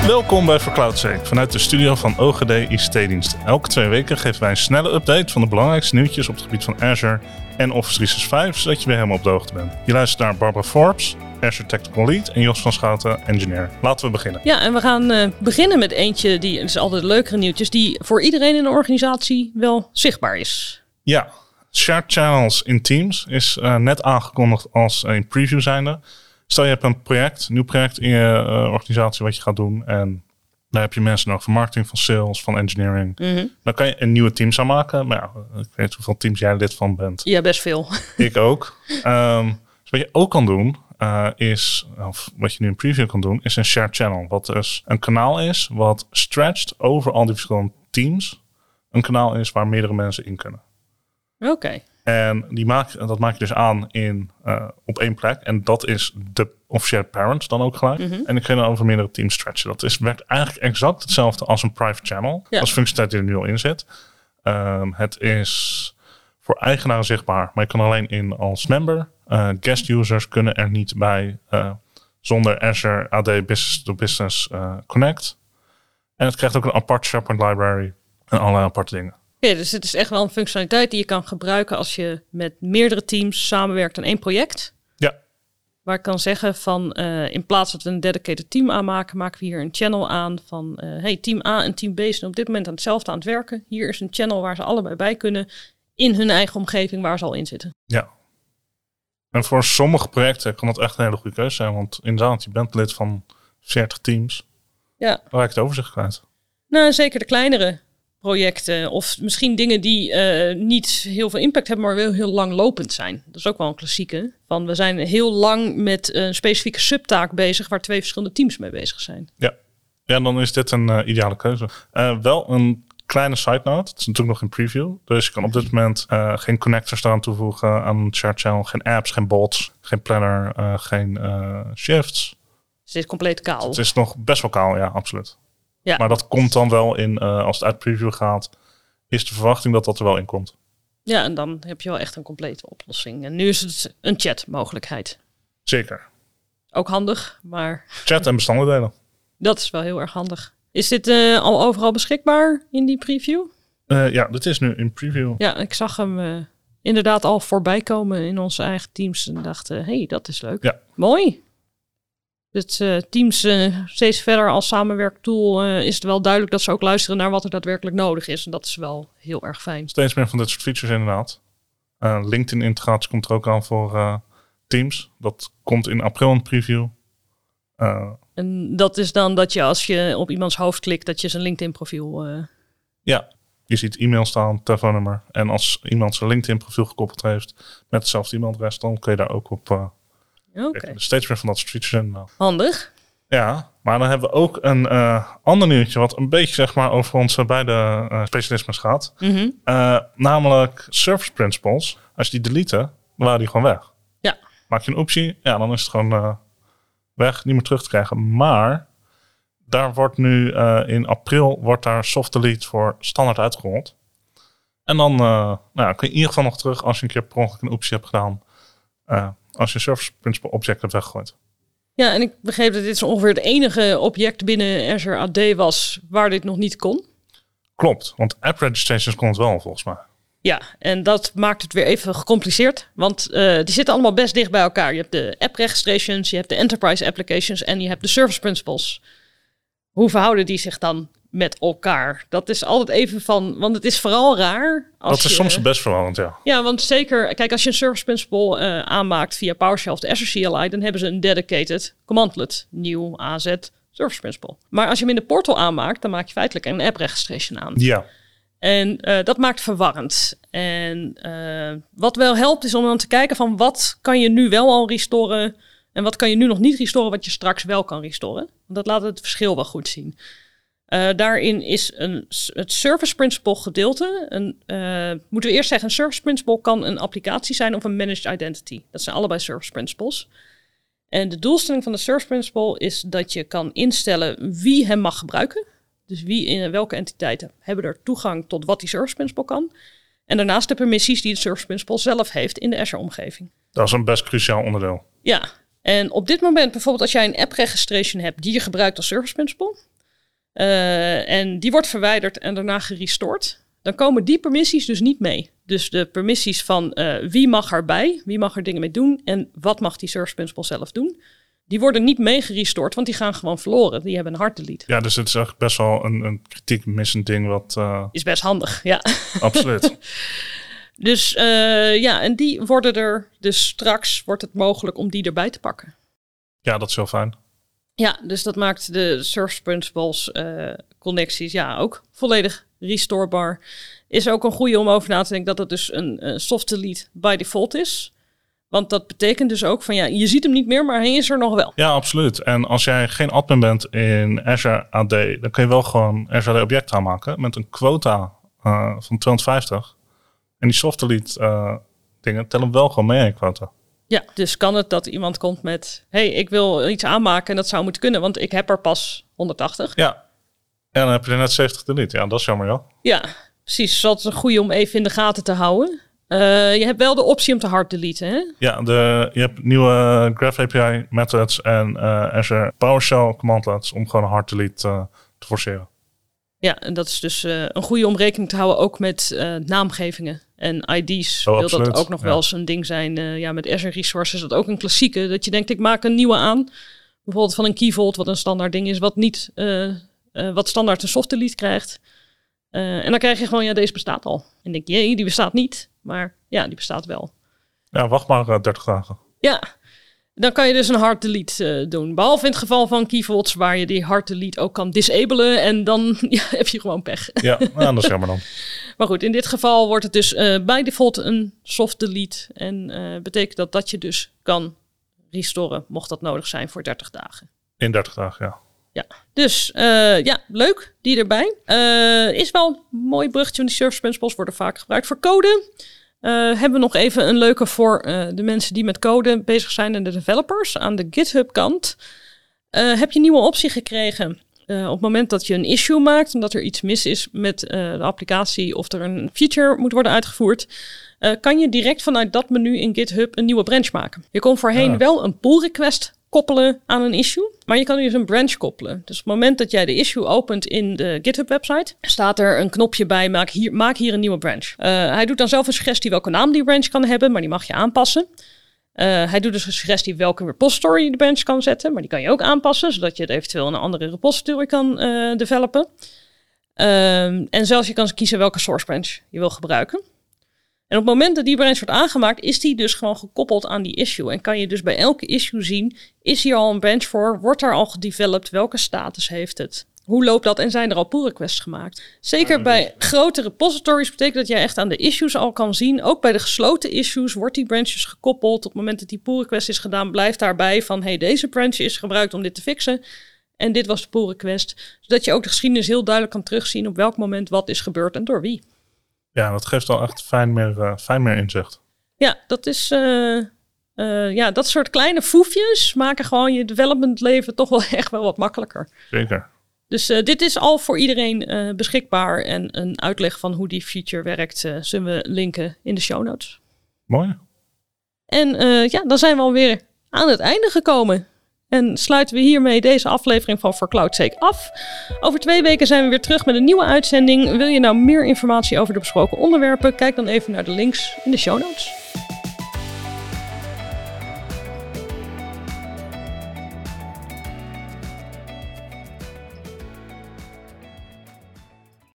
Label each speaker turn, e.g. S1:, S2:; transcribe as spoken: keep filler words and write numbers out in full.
S1: Welkom bij For Cloud's Sake vanuit de studio van O G D I C-diensten. Elke twee weken geven wij een snelle update van de belangrijkste nieuwtjes op het gebied van Azure en Office driehonderdzesenzestig, zodat je weer helemaal op de hoogte bent. Je luistert naar Barbara Forbes, Azure Technical Lead, en Jos van Schouten, Engineer. Laten we beginnen.
S2: Ja, en we gaan uh, beginnen met eentje, die is altijd leukere nieuwtjes, die voor iedereen in de organisatie wel zichtbaar is.
S1: Ja, Shared Channels in Teams is uh, net aangekondigd als een preview zijnde. Stel je hebt een project, een nieuw project in je uh, organisatie wat je gaat doen. En daar heb je mensen nodig van marketing, van sales, van engineering. Mm-hmm. Dan kan je een nieuwe teams aanmaken. Maar ja, ik weet niet hoeveel teams jij lid van bent.
S2: Ja, best veel.
S1: Ik ook. Um, dus wat je ook kan doen uh, is, of wat je nu in preview kan doen, is een shared channel. Wat dus een kanaal is wat stretched over al die verschillende teams. Een kanaal is waar meerdere mensen in kunnen.
S2: Oké. Okay.
S1: En die maak, dat maak je dus aan in, uh, op één plek. En dat is de officiële parent dan ook gelijk. Mm-hmm. En ik ga dan over meerdere teams stretchen. Dat is, werkt eigenlijk exact hetzelfde als een private channel. Ja. Als functionaliteit die er nu al in zit. Um, het is voor eigenaren zichtbaar. Maar je kan alleen in als member. Uh, guest users kunnen er niet bij uh, zonder Azure A D Business to Business uh, Connect. En het krijgt ook een apart SharePoint library. En allerlei aparte dingen.
S2: Ja, dus het is echt wel een functionaliteit die je kan gebruiken als je met meerdere teams samenwerkt aan één project.
S1: Ja.
S2: Waar ik kan zeggen van uh, in plaats dat we een dedicated team aanmaken, maken we hier een channel aan van uh, hey, team A en team B zijn op dit moment aan hetzelfde aan het werken. Hier is een channel waar ze allebei bij kunnen in hun eigen omgeving waar ze al in zitten.
S1: Ja. En voor sommige projecten kan dat echt een hele goede keuze zijn, want inderdaad, je bent lid van veertig teams.
S2: Ja.
S1: Waar raak ik het overzicht kwijt?
S2: Nou, zeker de kleinere projecten of misschien dingen die uh, niet heel veel impact hebben, maar wel heel lang lopend zijn. Dat is ook wel een klassieke. Van we zijn heel lang met een specifieke subtaak bezig waar twee verschillende teams mee bezig zijn.
S1: Ja, ja, dan is dit een uh, ideale keuze. Uh, wel een kleine side note. Het is natuurlijk nog in preview. Dus je kan op dit moment uh, geen connectors eraan toevoegen aan een shared channel. Geen apps, geen bots, geen planner, uh, geen uh, shifts.
S2: Dus het is compleet kaal.
S1: Het is nog best wel kaal, ja, absoluut.
S2: Ja.
S1: Maar dat komt dan wel in, uh, als het uit preview gaat, is de verwachting dat dat er wel in komt.
S2: Ja, en dan heb je wel echt een complete oplossing. En nu is het een chat-mogelijkheid.
S1: Zeker.
S2: Ook handig, maar
S1: chat en bestanden delen.
S2: Dat is wel heel erg handig. Is dit uh, al overal beschikbaar in die preview?
S1: Uh, ja, dit is nu in preview.
S2: Ja, ik zag hem uh, inderdaad al voorbij komen in onze eigen teams. En dacht, hé, uh, hey, dat is leuk.
S1: Ja.
S2: Mooi. Het uh, Teams uh, steeds verder als samenwerktool uh, is het wel duidelijk dat ze ook luisteren naar wat er daadwerkelijk nodig is. En dat is wel heel erg fijn.
S1: Steeds meer van dit soort features inderdaad. Uh, LinkedIn-integratie komt er ook aan voor uh, Teams. Dat komt in april in preview. Uh,
S2: en dat is dan dat je als je op iemands hoofd klikt, dat je zijn LinkedIn-profiel... Uh...
S1: Ja, je ziet e-mail staan, telefoonnummer. En als iemand zijn LinkedIn-profiel gekoppeld heeft met hetzelfde e-mailadres, dan kun je daar ook op... Uh,
S2: Oké. Okay.
S1: Steeds meer van dat soort features in.
S2: Handig.
S1: Ja, maar dan hebben we ook een uh, ander nieuwtje wat een beetje zeg maar over onze beide uh, specialismes gaat.
S2: Mm-hmm.
S1: Uh, namelijk service principles. Als je die delete, dan waren die gewoon weg.
S2: Ja.
S1: Maak je een optie, ja, dan is het gewoon uh, weg, niet meer terug te krijgen. Maar daar wordt nu uh, in april wordt daar soft delete voor standaard uitgerold. En dan uh, nou ja, kun je in ieder geval nog terug als je een keer per ongeluk een optie hebt gedaan. Uh, als je service principle object hebt weggegooid.
S2: Ja, en ik begreep dat dit zo ongeveer het enige object binnen Azure A D was waar dit nog niet kon.
S1: Klopt, want app registrations kon het wel volgens mij.
S2: Ja, en dat maakt het weer even gecompliceerd. Want uh, die zitten allemaal best dicht bij elkaar. Je hebt de app registrations, je hebt de enterprise applications en je hebt de service principles. Hoe verhouden die zich dan met elkaar? Dat is altijd even van, want het is vooral raar. Als
S1: dat is
S2: je,
S1: soms best verwarrend, ja.
S2: Ja, want zeker, kijk, als je een service principle uh, aanmaakt via PowerShell of de Azure C L I, dan hebben ze een dedicated commandlet, nieuw, A Z, service principle. Maar als je hem in de portal aanmaakt, dan maak je feitelijk een app registration aan.
S1: Ja.
S2: En uh, dat maakt verwarrend. En uh, wat wel helpt is om dan te kijken van wat kan je nu wel al restoren en wat kan je nu nog niet restoren wat je straks wel kan restoren. Want dat laat het verschil wel goed zien. Uh, daarin is een, het service principle gedeelte. Een, uh, moeten we eerst zeggen, een service principle kan een applicatie zijn of een managed identity. Dat zijn allebei service principles. En de doelstelling van de service principle is dat je kan instellen wie hem mag gebruiken. Dus wie in welke entiteiten hebben er toegang tot wat die service principle kan. En daarnaast de permissies die de service principle zelf heeft in de Azure-omgeving.
S1: Dat is een best cruciaal onderdeel.
S2: Ja, en op dit moment bijvoorbeeld als jij een app registration hebt die je gebruikt als service principle, Uh, en die wordt verwijderd en daarna gerestored. Dan komen die permissies dus niet mee. Dus de permissies van uh, wie mag erbij, wie mag er dingen mee doen en wat mag die Service Principal zelf doen, die worden niet mee gerestored, want die gaan gewoon verloren. Die hebben een hard delete.
S1: Ja, dus het is echt best wel een, een kritiek missend ding wat... Uh...
S2: Is best handig, ja.
S1: Absoluut.
S2: Dus uh, ja, en die worden er, dus straks wordt het mogelijk om die erbij te pakken.
S1: Ja, dat is heel fijn.
S2: Ja, dus dat maakt de Service Principals uh, connecties ja ook volledig restorebaar. Is ook een goede om over na te denken dat het dus een uh, soft delete by default is. Want dat betekent dus ook van ja, je ziet hem niet meer, maar hij is er nog wel.
S1: Ja, absoluut. En als jij geen admin bent in Azure A D, dan kun je wel gewoon Azure A D object aanmaken met een quota uh, van tweehonderdvijftig. En die soft delete uh, dingen tellen wel gewoon mee in je quota.
S2: Ja, dus kan het dat iemand komt met, hey, ik wil iets aanmaken en dat zou moeten kunnen, want ik heb er pas honderdtachtig.
S1: Ja, en dan heb je er net zeventig delete. Ja, dat is jammer, ja.
S2: Ja, precies. Dus dat is een goede om even in de gaten te houden. Uh, je hebt wel de optie om te hard deleten, hè?
S1: Ja, de, je hebt nieuwe Graph A P I methods en uh, Azure PowerShell commandlets om gewoon een hard delete uh, te forceren.
S2: Ja, en dat is dus uh, een goede om rekening te houden ook met uh, naamgevingen en I D's.
S1: Oh,
S2: wil
S1: absoluut.
S2: Dat ook nog ja. wel eens een ding zijn. Uh, ja, met Azure Resources is dat ook een klassieke. Dat je denkt, ik maak een nieuwe aan. Bijvoorbeeld van een Key Vault, wat een standaard ding is, wat niet, uh, uh, wat standaard een soft delete krijgt. Uh, en dan krijg je gewoon, ja, deze bestaat al. En denk je, jee, die bestaat niet. Maar ja, die bestaat wel.
S1: Ja, wacht maar uh, dertig dagen.
S2: Ja, dan kan je dus een hard delete uh, doen. Behalve in het geval van Key Vaults, waar je die hard delete ook kan disablen. En dan ja, heb je gewoon pech.
S1: Ja, nou, dat is jammer dan.
S2: Maar goed, in dit geval wordt het dus uh, bij default een soft delete. En uh, betekent dat dat je dus kan restoren, mocht dat nodig zijn voor dertig dagen.
S1: In dertig dagen, ja.
S2: Ja, dus uh, ja, leuk, die erbij. Uh, is wel een mooi bruggetje, want die Service Principals worden vaak gebruikt voor code. Uh, hebben we nog even een leuke voor uh, de mensen die met code bezig zijn en de developers. Aan de GitHub kant uh, heb je een nieuwe optie gekregen. Uh, op het moment dat je een issue maakt, omdat er iets mis is met uh, de applicatie of er een feature moet worden uitgevoerd, uh, kan je direct vanuit dat menu in GitHub een nieuwe branch maken. Je kon voorheen ja. wel een pull request koppelen aan een issue, maar je kan nu dus een branch koppelen. Dus op het moment dat jij de issue opent in de GitHub website, staat er een knopje bij, maak hier, maak hier een nieuwe branch. Uh, hij doet dan zelf een suggestie welke naam die branch kan hebben, maar die mag je aanpassen. Uh, hij doet dus een suggestie welke repository je de branch kan zetten, maar die kan je ook aanpassen, zodat je het eventueel in een andere repository kan uh, developen. Uh, en zelfs je kan kiezen welke source branch je wil gebruiken. En op het moment dat die branch wordt aangemaakt, is die dus gewoon gekoppeld aan die issue. En kan je dus bij elke issue zien, is hier al een branch voor? Wordt daar al gedeveloped? Welke status heeft het? Hoe loopt dat? En zijn er al pull requests gemaakt? Zeker ja, bij grote repositories betekent dat jij echt aan de issues al kan zien. Ook bij de gesloten issues wordt die branches gekoppeld. Op het moment dat die pull request is gedaan, blijft daarbij van, hey, deze branch is gebruikt om dit te fixen. En dit was de pull request. Zodat je ook de geschiedenis heel duidelijk kan terugzien op welk moment wat is gebeurd en door wie.
S1: Ja, dat geeft al echt fijn meer, uh, fijn meer inzicht.
S2: Ja, dat is uh, uh, ja, dat soort kleine foefjes maken gewoon je development leven toch wel echt wel wat makkelijker.
S1: Zeker.
S2: Dus uh, dit is al voor iedereen uh, beschikbaar. En een uitleg van hoe die feature werkt uh, zullen we linken in de show notes.
S1: Mooi.
S2: En uh, ja, dan zijn we alweer aan het einde gekomen. En sluiten we hiermee deze aflevering van For Cloud's Sake af. Over twee weken zijn we weer terug met een nieuwe uitzending. Wil je nou meer informatie over de besproken onderwerpen? Kijk dan even naar de links in de show notes.